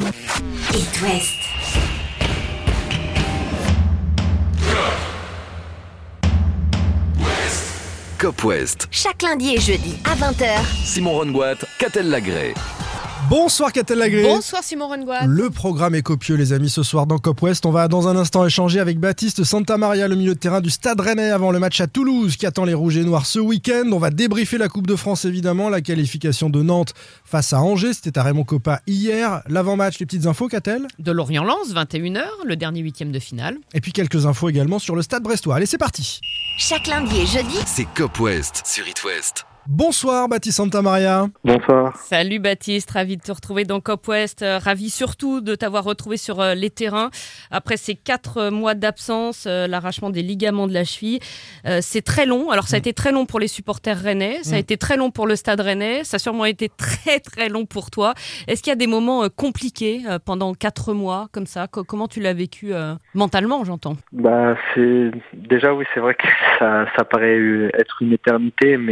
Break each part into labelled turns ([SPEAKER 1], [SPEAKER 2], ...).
[SPEAKER 1] It West.
[SPEAKER 2] Cop West.
[SPEAKER 1] Chaque lundi et jeudi à 20h.
[SPEAKER 2] Simon Rongoat, Catel Lagré.
[SPEAKER 3] Bonsoir Catel Lagré.
[SPEAKER 4] Bonsoir Simon Rongoat.
[SPEAKER 3] Le programme est copieux les amis ce soir dans Cop West. On va dans un instant échanger avec Baptiste Santamaria, le milieu de terrain du Stade Rennais avant le match à Toulouse qui attend les Rouges et Noirs ce week-end. On va débriefer la Coupe de France évidemment, la qualification de Nantes face à Angers. C'était à Raymond Kopa hier. L'avant-match, les petites infos Catel.
[SPEAKER 4] De Lorient-Lens, 21h, le dernier huitième de finale.
[SPEAKER 3] Et puis quelques infos également sur le Stade Brestois. Allez c'est parti.
[SPEAKER 1] Chaque lundi et jeudi,
[SPEAKER 2] C'est Cop West sur It West.
[SPEAKER 3] Bonsoir Baptiste Santamaria.
[SPEAKER 5] Bonsoir.
[SPEAKER 4] Salut Baptiste, ravi de te retrouver dans Cop West. Ravi surtout de t'avoir retrouvé sur les terrains. Après ces 4 mois d'absence, l'arrachement des ligaments de la cheville, c'est très long. Alors ça a été très long pour les supporters rennais, ça a été très long pour le Stade Rennais, ça a sûrement été très très long pour toi. Est-ce qu'il y a des moments compliqués pendant 4 mois comme ça? Comment tu l'as vécu mentalement, j'entends?
[SPEAKER 5] C'est déjà oui, c'est vrai que ça paraît être une éternité, mais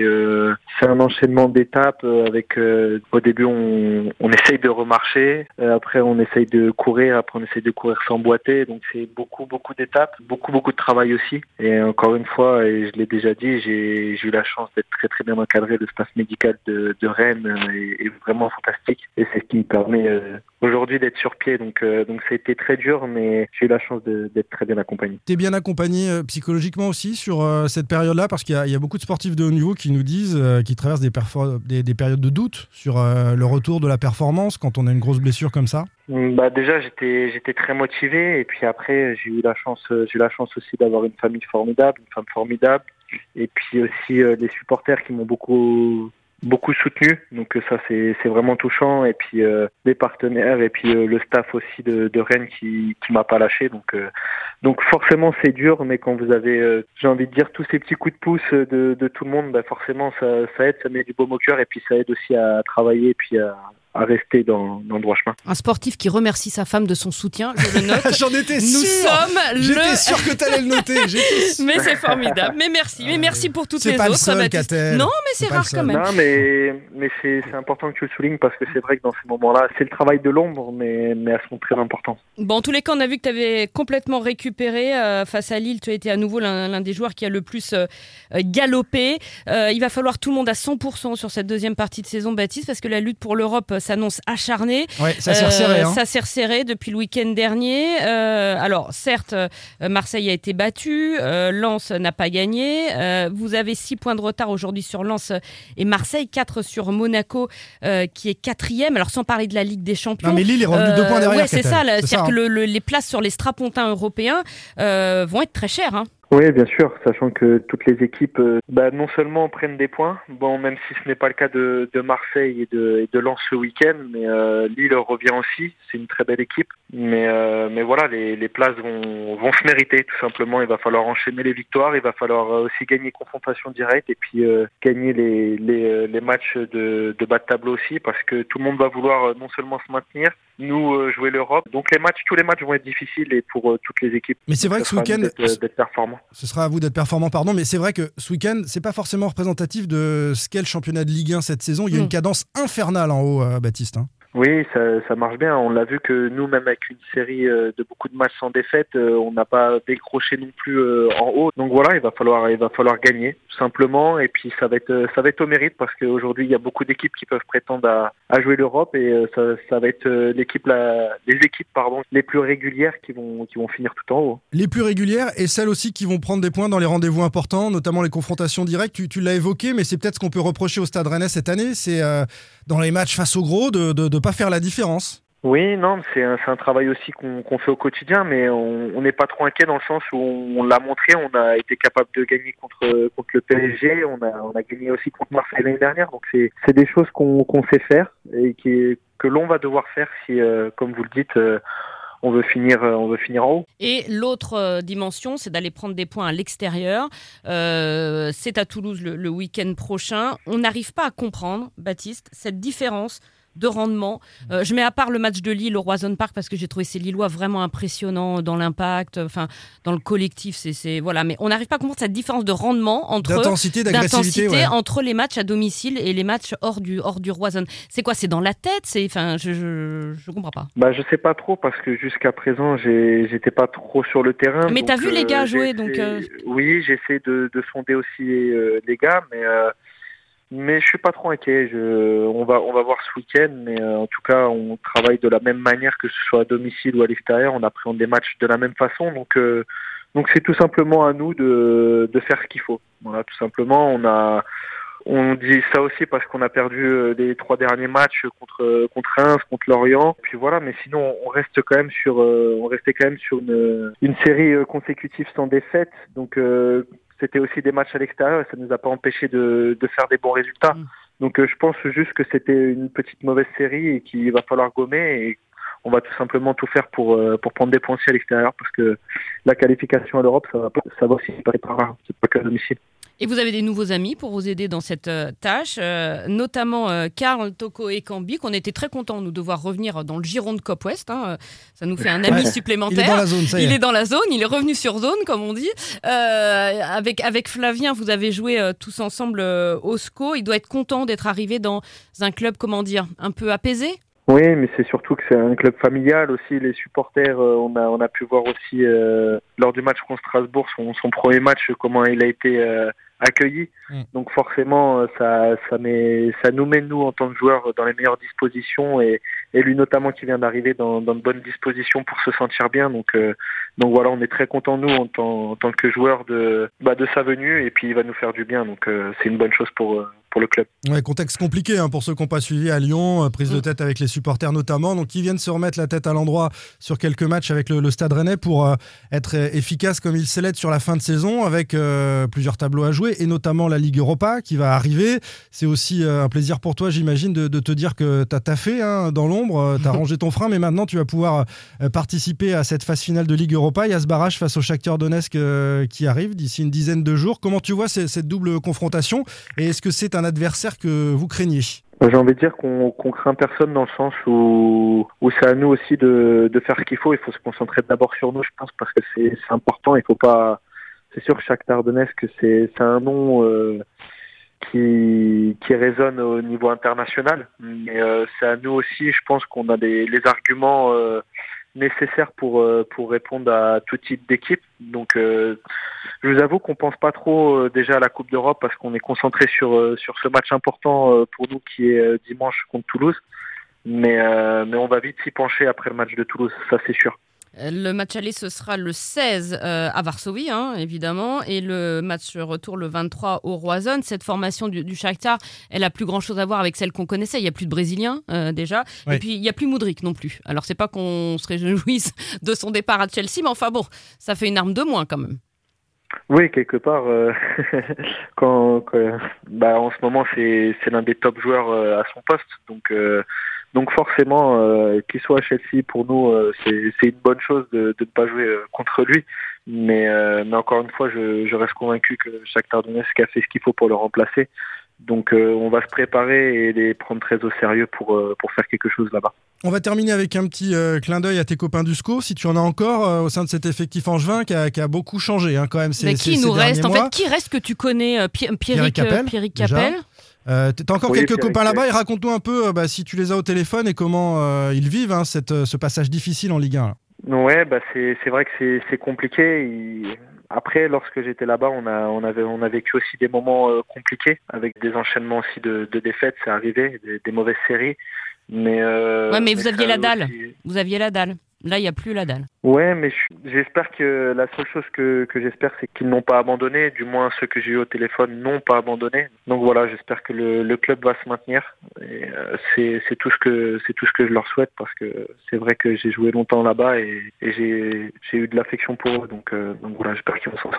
[SPEAKER 5] c'est un enchaînement d'étapes avec au début on essaye de remarcher, après on essaye de courir, après on essaye de courir sans boiter, donc c'est beaucoup d'étapes, beaucoup de travail aussi. Et encore une fois, et je l'ai déjà dit, j'ai eu la chance d'être très très bien encadré. Le staff médical de Rennes est vraiment fantastique et c'est ce qui me permet aujourd'hui d'être sur pied. Donc ça a été très dur, mais j'ai eu la chance d'être très bien accompagné.
[SPEAKER 3] T'es bien accompagné psychologiquement aussi sur cette période-là, parce qu'il y a beaucoup de sportifs de haut niveau qui nous disent qu'ils traversent des périodes de doute sur le retour de la performance quand on a une grosse blessure comme ça.
[SPEAKER 5] Déjà j'étais très motivé, et puis après j'ai eu la chance aussi d'avoir une famille formidable, une femme formidable, et puis aussi des supporters qui m'ont beaucoup soutenu, donc ça c'est vraiment touchant, et puis les partenaires, et puis le staff aussi de Rennes qui m'a pas lâché, donc forcément c'est dur, mais quand vous avez j'ai envie de dire tous ces petits coups de pouce de tout le monde, forcément ça aide, ça met du baume au cœur, et puis ça aide aussi à travailler, et puis à rester dans le droit chemin.
[SPEAKER 4] Un sportif qui remercie sa femme de son soutien, je le note.
[SPEAKER 3] J'en étais sûr.
[SPEAKER 4] J'étais
[SPEAKER 3] sûr que t'allais le noter.
[SPEAKER 4] Mais c'est formidable. Mais merci pour toutes les
[SPEAKER 3] pas
[SPEAKER 4] autres.
[SPEAKER 3] Le seul,
[SPEAKER 4] Catel. Non, mais c'est rare quand même.
[SPEAKER 5] Non, mais c'est important que tu le soulignes, parce que c'est vrai que dans ces moments-là, c'est le travail de l'ombre, mais elles sont très importantes.
[SPEAKER 4] Bon, en tous les cas, on a vu que tu avais complètement récupéré face à Lille. Tu as été à nouveau l'un des joueurs qui a le plus galopé. Il va falloir tout le monde à 100% sur cette deuxième partie de saison, Baptiste, parce que la lutte pour l'Europe s'annonce acharnée.
[SPEAKER 3] Ouais, ça s'est resserré.
[SPEAKER 4] Ça s'est resserré depuis le week-end dernier. Alors, certes, Marseille a été battu, Lens n'a pas gagné. Vous avez 6 points de retard aujourd'hui sur Lens et Marseille, 4 sur Monaco, qui est 4e. Alors, sans parler de la Ligue des Champions.
[SPEAKER 3] Non, mais Lille est revenu 2 points derrière.
[SPEAKER 4] Ouais, c'est ça. C'est-à-dire
[SPEAKER 3] hein.
[SPEAKER 4] que les places sur les strapontins européens vont être très chères. Hein.
[SPEAKER 5] Oui, bien sûr, sachant que toutes les équipes non seulement prennent des points, même si ce n'est pas le cas de Marseille et de Lens ce week-end, mais Lille revient aussi, c'est une très belle équipe, mais voilà, les places vont se mériter tout simplement. Il va falloir enchaîner les victoires, il va falloir aussi gagner confrontation directe, et puis gagner les matchs de bas de tableau aussi, parce que tout le monde va vouloir non seulement se maintenir, nous jouer l'Europe, donc tous les matchs vont être difficiles, et pour toutes les équipes.
[SPEAKER 3] Mais c'est vrai que ce week-end
[SPEAKER 5] d'être performant.
[SPEAKER 3] Ce sera à vous d'être performant, mais c'est vrai que ce week-end, c'est pas forcément représentatif de ce qu'est le championnat de Ligue 1 cette saison. Il y a une cadence infernale en haut, Baptiste.
[SPEAKER 5] Oui, ça marche bien. On l'a vu que nous, même avec une série de beaucoup de matchs sans défaite, on n'a pas décroché non plus en haut. Donc voilà, il va falloir gagner tout simplement. Et puis ça va être au mérite, parce qu'aujourd'hui il y a beaucoup d'équipes qui peuvent prétendre à jouer l'Europe, et ça va être les équipes les plus régulières qui vont finir tout en haut.
[SPEAKER 3] Les plus régulières, et celles aussi qui vont prendre des points dans les rendez-vous importants, notamment les confrontations directes. Tu l'as évoqué, mais c'est peut-être ce qu'on peut reprocher au Stade Rennais cette année, c'est dans les matchs face aux gros de pas faire la différence.
[SPEAKER 5] Oui, non, c'est un travail aussi qu'on fait au quotidien, mais on n'est pas trop inquiet, dans le sens où on l'a montré, on a été capable de gagner contre le PSG, on a gagné aussi contre Marseille l'année dernière, donc c'est des choses qu'on sait faire, et que l'on va devoir faire si, comme vous le dites, on veut finir en haut.
[SPEAKER 4] Et l'autre dimension, c'est d'aller prendre des points à l'extérieur. C'est à Toulouse le week-end prochain. On n'arrive pas à comprendre, Baptiste, cette différence de rendement. Je mets à part le match de Lille au Roison Park parce que j'ai trouvé ces Lillois vraiment impressionnants dans l'impact, dans le collectif. Voilà. Mais on n'arrive pas à comprendre cette différence de rendement
[SPEAKER 3] d'intensité, d'agressivité,
[SPEAKER 4] entre les matchs à domicile et les matchs hors du Roison. C'est quoi? C'est dans la tête? Je comprends pas.
[SPEAKER 5] Je sais pas trop parce que jusqu'à présent j'étais pas trop sur le terrain.
[SPEAKER 4] Mais t'as vu les gars jouer
[SPEAKER 5] Oui, j'essaie de sonder aussi les gars, mais je suis pas trop inquiet. On va voir ce week-end, mais en tout cas on travaille de la même manière que ce soit à domicile ou à l'extérieur. On appréhende des matchs de la même façon, donc c'est tout simplement à nous de faire ce qu'il faut. Voilà, tout simplement. On dit ça aussi parce qu'on a perdu les 3 derniers matchs contre Reims, contre Lorient. Puis voilà, mais sinon on restait quand même sur une série consécutive sans défaite. Donc c'était aussi des matchs à l'extérieur et ça nous a pas empêché de faire des bons résultats. Donc je pense juste que c'était une petite mauvaise série et qu'il va falloir gommer, et on va tout simplement tout faire pour prendre des points aussi à l'extérieur, parce que la qualification à l'Europe, ça va aussi passer par là, c'est pas qu'à domicile.
[SPEAKER 4] Et vous avez des nouveaux amis pour vous aider dans cette tâche, notamment Karl, Toko et Cambi, qu'on était très contents nous de voir revenir dans le giron de Cop West. Ça nous fait un ami supplémentaire.
[SPEAKER 3] Il est dans la zone, ça y est.
[SPEAKER 4] Il est dans la zone, il est revenu sur zone, comme on dit. Avec Flavien, vous avez joué tous ensemble au SCO. Il doit être content d'être arrivé dans un club, un peu apaisé.
[SPEAKER 5] Oui, mais c'est surtout que c'est un club familial aussi. Les supporters, on a pu voir aussi lors du match contre Strasbourg, son premier match, comment il a été accueilli. Donc forcément, ça nous met, nous, en tant que joueurs, dans les meilleures dispositions, et lui notamment qui vient d'arriver dans de bonnes dispositions pour se sentir bien. Donc voilà, on est très contents, nous, en tant que joueurs, de sa venue, et puis il va nous faire du bien. Donc c'est une bonne chose pour le club.
[SPEAKER 3] Ouais, contexte compliqué pour ceux qui n'ont pas suivi à Lyon, prise de tête avec les supporters notamment, donc ils viennent se remettre la tête à l'endroit sur quelques matchs avec le Stade Rennais pour être efficace comme il sait l'être sur la fin de saison, avec plusieurs tableaux à jouer, et notamment la Ligue Europa qui va arriver. C'est aussi un plaisir pour toi, j'imagine, de te dire que tu as taffé dans l'ombre, tu as rangé ton frein, mais maintenant tu vas pouvoir participer à cette phase finale de Ligue Europa. Il y a ce barrage face au Shakhtar Donetsk qui arrive d'ici une dizaine de jours. Comment tu vois cette double confrontation, et est-ce que c'est un adversaire que vous craignez?
[SPEAKER 5] J'ai envie de dire qu'on craint personne, dans le sens où c'est à nous aussi de faire ce qu'il faut. Il faut se concentrer d'abord sur nous, je pense, parce que c'est important. Il faut pas. C'est sûr que Shakhtar Donetsk, c'est un nom qui résonne au niveau international. Mais c'est à nous aussi, je pense, qu'on a les arguments nécessaires pour répondre à tout type d'équipe. Donc je vous avoue qu'on pense pas trop déjà à la Coupe d'Europe, parce qu'on est concentré sur ce match important pour nous, qui est dimanche contre Toulouse. Mais on va vite s'y pencher après le match de Toulouse, ça c'est sûr.
[SPEAKER 4] Le match aller, ce sera le 16 à Varsovie, évidemment, et le match retour le 23 au Roison. Cette formation du Shakhtar, elle a plus grand-chose à voir avec celle qu'on connaissait. Il n'y a plus de Brésiliens déjà, oui. Et puis il n'y a plus Mudryk non plus. Alors c'est pas qu'on se réjouisse de son départ à Chelsea, mais enfin bon, ça fait une arme de moins quand même.
[SPEAKER 5] Oui, quelque part, en ce moment c'est l'un des top joueurs à son poste, donc forcément, qu'il soit à Chelsea, pour nous, c'est une bonne chose de ne pas jouer contre lui. Mais encore une fois, je reste convaincu que Shakhtar Donetsk a fait ce qu'il faut pour le remplacer. Donc on va se préparer et les prendre très au sérieux pour faire quelque chose là-bas.
[SPEAKER 3] On va terminer avec un petit clin d'œil à tes copains du SCO, si tu en as encore au sein de cet effectif angevin qui a beaucoup changé quand même ces
[SPEAKER 4] qui nous reste mois. En fait, qui reste que tu connais? Pierrick Capel.
[SPEAKER 3] T'as encore quelques copains là-bas, et raconte-nous un peu si tu les as au téléphone et comment ils vivent ce passage difficile en Ligue 1. Là.
[SPEAKER 5] Ouais, c'est vrai que c'est compliqué. Après, lorsque j'étais là-bas, on a vécu aussi des moments compliqués, avec des enchaînements aussi de défaites, c'est arrivé, des mauvaises séries. Mais
[SPEAKER 4] vous aviez la dalle. Vous aviez la dalle. Là, il n'y a plus la dalle.
[SPEAKER 5] Ouais, mais j'espère que la seule chose que j'espère, c'est qu'ils n'ont pas abandonné. Du moins, ceux que j'ai eu au téléphone n'ont pas abandonné. Donc voilà, j'espère que le club va se maintenir. Et c'est tout ce que je leur souhaite, parce que c'est vrai que j'ai joué longtemps là-bas et j'ai eu de l'affection pour eux. Donc voilà, j'espère qu'ils vont s'en sortir.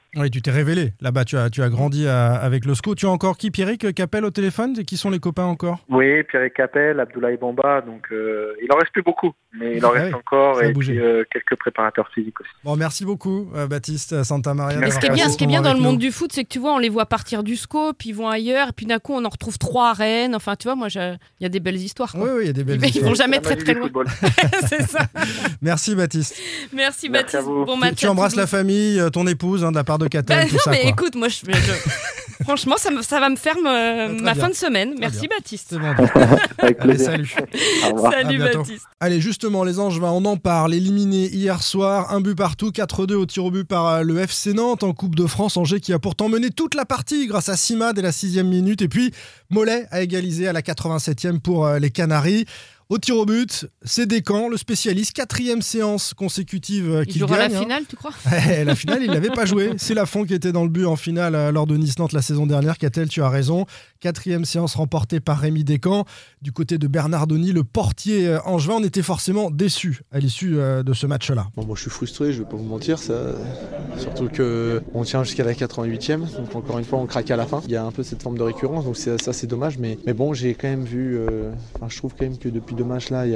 [SPEAKER 3] Oui, tu t'es révélé. Là-bas, tu as grandi avec le SCO. Tu as encore qui, Pierrick Capel au téléphone? Qui sont les copains encore?
[SPEAKER 5] Oui, Pierrick Capel, Abdoulaye Bamba, donc il en reste plus beaucoup, mais il en reste encore, et puis quelques préparateurs physiques aussi.
[SPEAKER 3] Bon, merci beaucoup Baptiste Santamaria.
[SPEAKER 4] Ce qui est bien dans le monde du foot, c'est que tu vois, on les voit partir du SCO, puis ils vont ailleurs, et puis d'un coup on en retrouve 3 à Rennes. Enfin, tu vois, moi, il y a des belles histoires.
[SPEAKER 3] Oui, il y a des belles histoires.
[SPEAKER 4] Ils vont jamais très loin.
[SPEAKER 3] C'est ça. Merci Baptiste.
[SPEAKER 4] Merci Baptiste. Bon match.
[SPEAKER 3] Tu embrasses la famille, ton épouse, de la part de Catel, tout ça.
[SPEAKER 4] Mais écoute, moi, franchement, ça va me faire ma fin de semaine. Merci Baptiste.
[SPEAKER 3] C'est bon.
[SPEAKER 5] Avec plaisir.
[SPEAKER 3] Allez, salut.
[SPEAKER 4] Salut Baptiste.
[SPEAKER 3] Allez, justement, les Angevins, on en parle. Éliminé hier soir, 1 but partout, 4-2 au tir au but par le FC Nantes en Coupe de France. Angers qui a pourtant mené toute la partie grâce à Sima dès la 6e minute. Et puis, Mollet a égalisé à la 87e pour les Canaries. Au tir au but, c'est Descamps, le spécialiste, 4e séance consécutive qu'il gagne.
[SPEAKER 4] Il jouera la finale, tu crois?
[SPEAKER 3] La finale, il l'avait pas joué. C'est Lafont qui était dans le but en finale lors de Nice-Nantes la saison dernière. Catel, tu as raison. 4e séance remportée par Rémi Descamps. Du côté de Bernardoni, le portier angevin, on était forcément déçus à l'issue de ce match-là.
[SPEAKER 6] Bon, moi je suis frustré, je vais pas vous mentir. Surtout qu'on tient jusqu'à la 88e. Donc encore une fois, on craque à la fin. Il y a un peu cette forme de récurrence, donc ça c'est dommage. Mais bon, j'ai quand même vu... je trouve quand même que depuis 2 matchs là,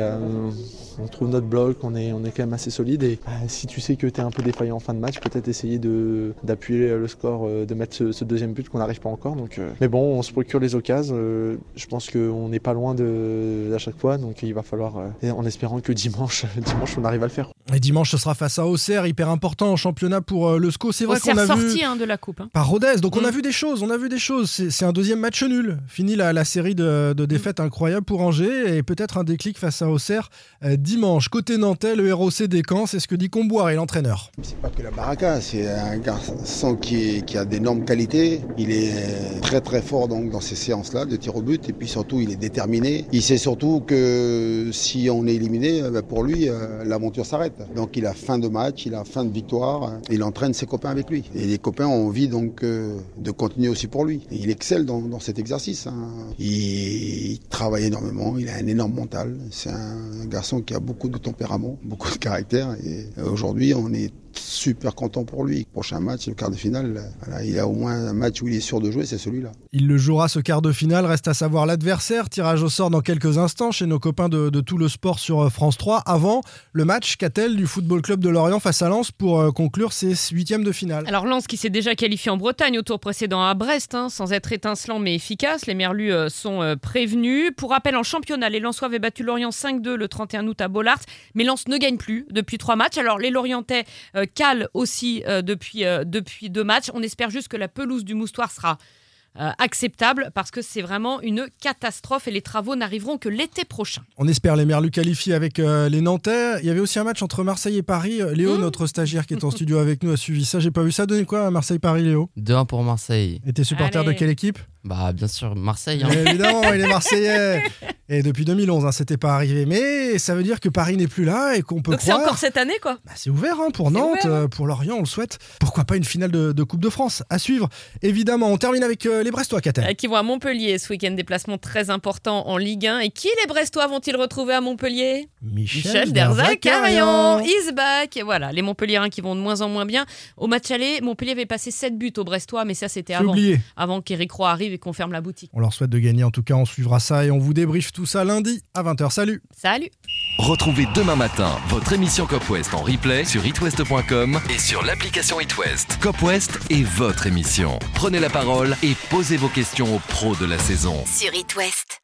[SPEAKER 6] on trouve notre bloc, on est quand même assez solide. Et si tu sais que tu es un peu défaillant en fin de match, peut-être essayer d'appuyer le score, de mettre ce 2e but qu'on n'arrive pas encore. Donc, mais bon, on se procure les occasions. Je pense qu'on n'est pas loin à chaque fois. Donc il va falloir, en espérant que dimanche on arrive à le faire.
[SPEAKER 3] Et dimanche, ce sera face à Auxerre, hyper important en championnat pour le SCO. C'est vrai qu'on a
[SPEAKER 4] sorti
[SPEAKER 3] vu
[SPEAKER 4] de la coupe.
[SPEAKER 3] Par Rodez, donc on a vu des choses. C'est un 2e match nul. Fini la série de défaites incroyables pour Angers et peut-être un déclic face à Auxerre dimanche. Côté nantais, le ROC Descamps, c'est ce que dit Comboire et l'entraîneur.
[SPEAKER 7] C'est pas que la baraka, c'est un garçon qui a d'énormes qualités. Il est très très fort donc dans ces séances-là de tir au but et puis surtout il est déterminé. Il sait surtout que si on est éliminé, pour lui l'aventure s'arrête. Donc il a faim de match, il a faim de victoire, il entraîne ses copains avec lui. Et les copains ont envie donc de continuer aussi pour lui. Et il excelle dans cet exercice. Il travaille énormément, il a un énorme mental. C'est un garçon qui a beaucoup de tempérament, beaucoup de caractère. Et aujourd'hui, on est super content pour lui. Prochain match, le quart de finale, il a au moins un match où il est sûr de jouer, c'est celui-là.
[SPEAKER 3] Il le jouera ce quart de finale, reste à savoir l'adversaire. Tirage au sort dans quelques instants chez nos copains de Tout le Sport sur France 3. Avant, le match Catel du Football Club de Lorient face à Lens pour conclure ses 8e de finale.
[SPEAKER 4] Alors Lens qui s'est déjà qualifié en Bretagne au tour précédent à Brest, sans être étincelant mais efficace. Les Merlus sont prévenus. Pour rappel, en championnat, les Lensois avaient battu Lorient 5-2 le 31 août à Bollaert, mais Lens ne gagne plus depuis 3 matchs. Alors les Lorientais calent aussi depuis 2 matchs. On espère juste que la pelouse du Moustoir sera acceptable parce que c'est vraiment une catastrophe et les travaux n'arriveront que l'été prochain.
[SPEAKER 3] On espère les Merlus qualifiés avec les Nantais. Il y avait aussi un match entre Marseille et Paris. Léo, notre stagiaire qui est en studio avec nous, a suivi ça. J'ai pas vu ça. Donner quoi à Marseille-Paris, Léo?
[SPEAKER 8] 2-1 pour Marseille.
[SPEAKER 3] Et t'es supporter de quelle équipe?
[SPEAKER 8] Bah bien sûr Marseille.
[SPEAKER 3] Évidemment, il est Marseillais. Et depuis 2011, c'était pas arrivé. Mais ça veut dire que Paris n'est plus là et qu'on peut
[SPEAKER 4] donc
[SPEAKER 3] croire...
[SPEAKER 4] c'est encore cette année quoi.
[SPEAKER 3] C'est ouvert pour Nantes, pour Lorient, on le souhaite. Pourquoi pas une finale de Coupe de France à suivre. Évidemment, on termine avec les Brestois, Catel.
[SPEAKER 4] Qui vont à Montpellier ce week-end, déplacement très important en Ligue 1. Et qui les Brestois vont-ils retrouver à Montpellier?
[SPEAKER 3] Michel
[SPEAKER 4] Derzakarian is back. Et voilà, les Montpelliérains qui vont de moins en moins bien. Au match aller, Montpellier avait passé 7 buts aux Brestois, mais ça c'était avant qu'Éric Roy arrive et qu'on ferme la boutique.
[SPEAKER 3] On leur souhaite de gagner, en tout cas on suivra ça et on vous débriefe tout ça lundi à 20h. Salut.
[SPEAKER 2] Retrouvez demain matin votre émission Cop West en replay sur itwest.com et sur l'application itwest. Cop West est votre émission. Prenez la parole et posez vos questions aux pros de la saison.
[SPEAKER 1] Sur It West.